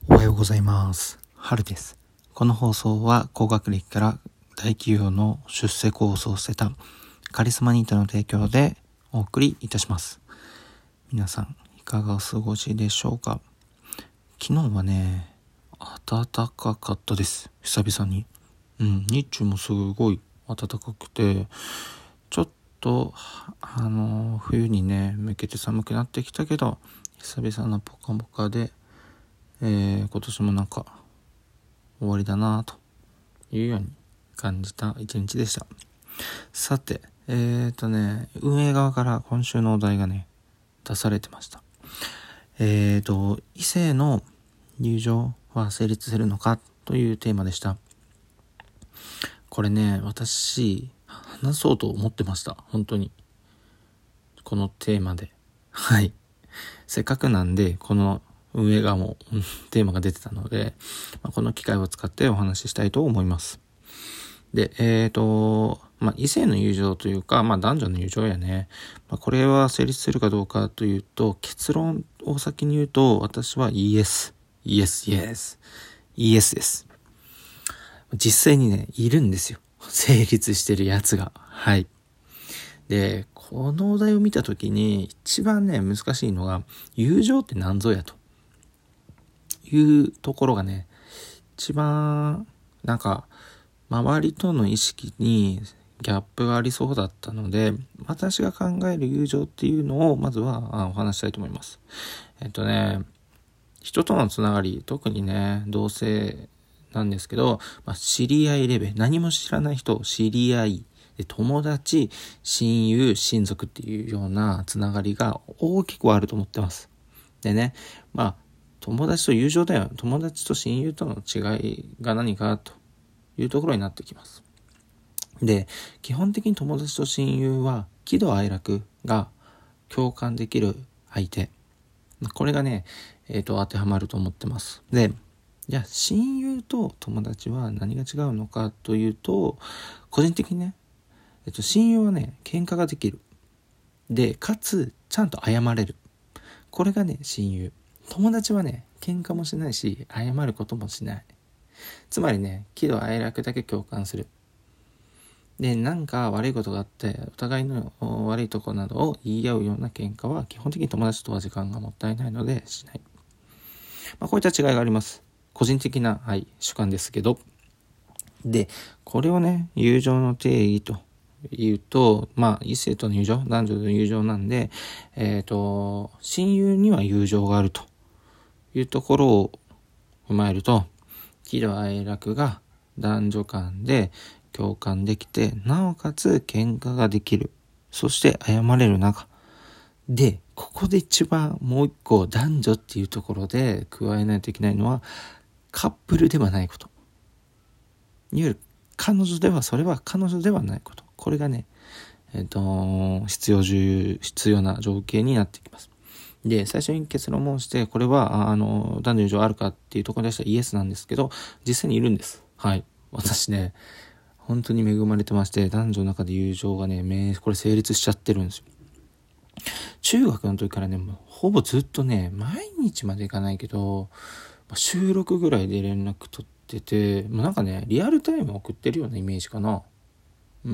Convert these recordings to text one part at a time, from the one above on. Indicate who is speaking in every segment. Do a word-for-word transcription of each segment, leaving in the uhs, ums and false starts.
Speaker 1: おはようございます。春です。この放送は高学歴から大企業の出世コースを捨てたカリスマニートの提供でお送りいたします。皆さんいかがお過ごしでしょうか。昨日はね、暖かかったです。久々に。うん、日中もすごい暖かくて、ちょっとあの冬にね向けて寒くなってきたけど、久々のポカポカで、えー、今年もなんか終わりだなというように感じた一日でした。さて、えーとね、運営側から今週のお題がね、出されてました。えーと、異性の友情は成立するのかというテーマでした。これね、私、話そうと思ってました。本当に。このテーマで。はい。せっかくなんで、この運営側もテーマが出てたので、まあ、この機会を使ってお話ししたいと思います。で、えーと、まあ、異性の友情というか、まあ、男女の友情やね。まあ、これは成立するかどうかというと、結論を先に言うと、私はイエス。イエス、イエス。イエスです。実際にね、いるんですよ。成立してるやつが。はい。で、このお題を見たときに、一番ね、難しいのが、友情って何ぞやというところがね、一番、なんか、周りとの意識にギャップがありそうだったので、私が考える友情っていうのを、まずはお話したいと思います。えっとね、人とのつながり、特にね、同性なんですけど、まあ、知り合いレベル、何も知らない人、知り合い、で友達、親友、親族っていうようなつながりが大きくあると思ってます。でね、まあ、友達と友情だよ。友達と親友との違いが何かというところになってきます。で、基本的に友達と親友は喜怒哀楽が共感できる相手。これがね、えっと、当てはまると思ってます。で、じゃあ親友と友達は何が違うのかというと、個人的にね、えっと、親友はね、喧嘩ができる。で、かつ、ちゃんと謝れる。これがね、親友。友達はね、喧嘩もしないし、謝ることもしない。つまりね、喜怒哀楽だけ共感する。で、なんか悪いことがあって、お互いの悪いところなどを言い合うような喧嘩は、基本的に友達とは時間がもったいないので、しない。まあ、こういった違いがあります。個人的な、はい、主観ですけど。で、これをね、友情の定義と言うと、まあ、異性との友情、男女の友情なんで、えっと、親友には友情があるというところを踏まえると、喜怒哀楽が男女間で共感できて、なおかつ喧嘩ができる。そして謝れる中。で、ここで一番もう一個男女っていうところで加えないといけないのは、カップルではないこと。いわゆる彼女では、それは彼女ではないこと。これがね、えっと、必要重、必要な条件になってきます。で、最初に結論を申して、これは、あの、男女友情あるかっていうところに対してはイエスなんですけど、実際にいるんです。はい。私ね、本当に恵まれてまして、男女の中で友情がね、これ成立しちゃってるんですよ。中学の時からね、もうほぼずっとね、毎日までいかないけど、週ろくぐらいで連絡取ってて、もうなんかね、リアルタイム送ってるようなイメージかな。うん。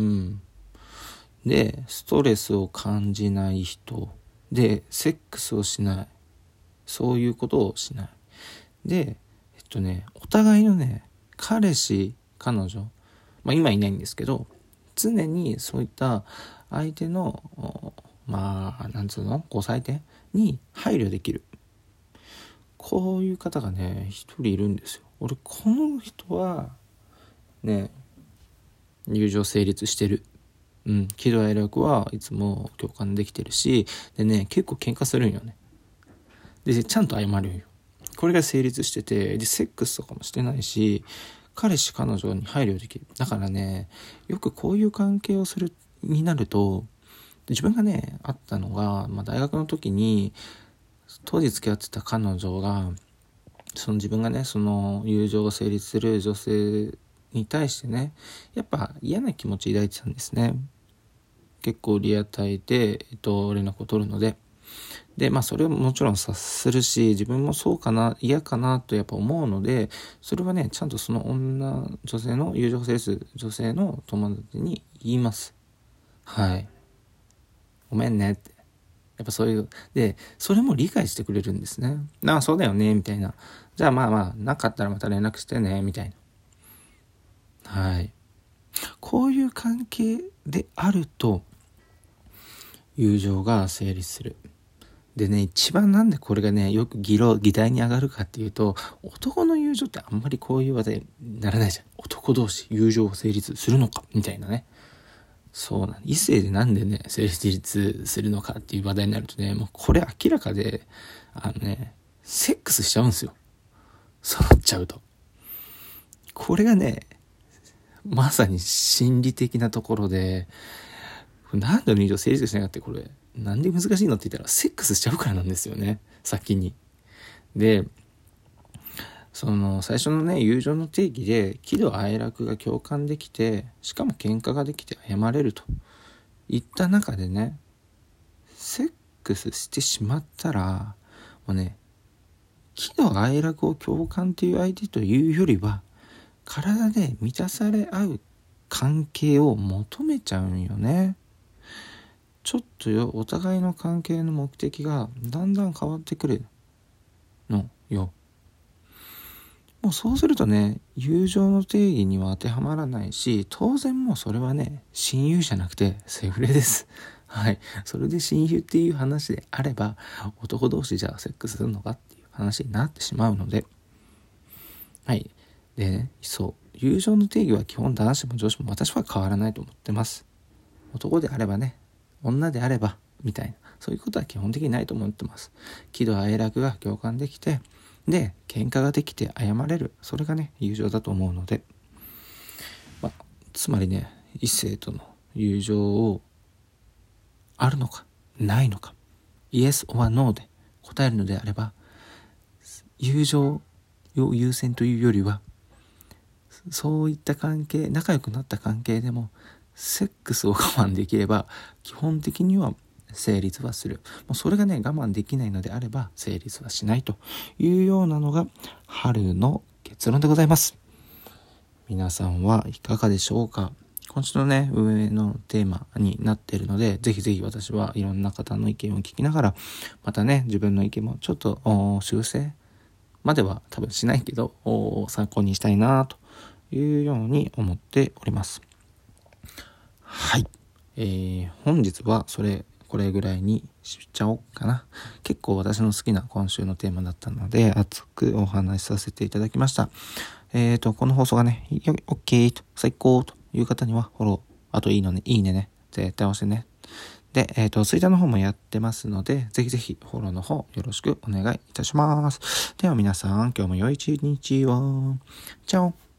Speaker 1: で、ストレスを感じない人。で、セックスをしない。そういうことをしない。で、えっとね、お互いのね、彼氏、彼女、まあ今いないんですけど、常にそういった相手の、まあ、なんつうの交際点に配慮できる。こういう方がね、一人いるんですよ。俺、この人は、ね、友情成立してる。うん、喜怒哀楽はいつも共感できてるし、でね、結構喧嘩するんよね。で、ちゃんと謝るんよ。これが成立してて、で、セックスとかもしてないし、彼氏彼女に配慮できる。だからね、よくこういう関係をする、になると、自分がね、あったのが、まあ大学の時に、当時付き合ってた彼女が、その自分がね、その友情が成立する女性に対してね、やっぱ嫌な気持ち抱いてたんですね。結構リアタイで、えっと、連絡を取るので。 で、まあそれをもちろん察するし、自分もそうかな、嫌かなとやっぱ思うので、それはね、ちゃんとその女、女性の友情成立、女性の友達に言います。はい。ごめんねって。やっぱそういう、で、それも理解してくれるんですね。ああ、そうだよね、みたいな。じゃあまあまあ、なかったらまた連絡してね、みたいな。はい。こういう関係であると、友情が成立する。でね、一番なんでこれがね、よく議論、議題に上がるかっていうと、男の友情ってあんまりこういう話題にならないじゃん。男同士友情成立するのかみたいなね。そうなん異性でなんでね、成立するのかっていう話題になるとね、もうこれ明らかで、あのね、セックスしちゃうんですよ。揃っちゃうと。これがね、まさに心理的なところで、なんで友情成立しないかってこれ、なんで難しいのって言ったら、セックスしちゃうからなんですよね。先に。で、その最初のね、友情の定義で喜怒哀楽が共感できて、しかも喧嘩ができて謝れるといった中でね、セックスしてしまったらもうね、喜怒哀楽を共感という相手というよりは、体で満たされ合う関係を求めちゃうんよね。ちょっとよ、お互いの関係の目的がだんだん変わってくるのよ。もうそうするとね、友情の定義には当てはまらないし、当然もうそれはね、親友じゃなくてセフレです。はい。それで親友っていう話であれば、男同士じゃあセックスするのかっていう話になってしまうので、はい。でね、そう。友情の定義は基本男子も女子も私は変わらないと思ってます。男であればね、女であれば、みたいな。そういうことは基本的にないと思ってます。喜怒哀楽が共感できて、で、喧嘩ができて謝れる。それがね、友情だと思うので。まあ、つまりね、異性との友情をあるのか、ないのか、イエス or no で答えるのであれば、友情を優先というよりは、そういった関係、仲良くなった関係でも、セックスを我慢できれば、基本的には成立はする。もうそれがね、我慢できないのであれば、成立はしないというようなのが、春の結論でございます。皆さんはいかがでしょうか。今週のね、運営のテーマになっているので、ぜひぜひ私はいろんな方の意見を聞きながら、またね、自分の意見もちょっと修正までは多分しないけど、参考にしたいなというように思っております。はい、えー、本日はそれこれぐらいにしちゃおうかな。結構私の好きな今週のテーマだったので熱くお話しさせていただきました。えーとこの放送がね OK と最高という方にはフォロー、あといいのねいいねね絶対押してね。で、えっと、ツイッターの方もやってますので、ぜひぜひフォローの方よろしくお願いいたします。では皆さん、今日も良い一日を。チャオ。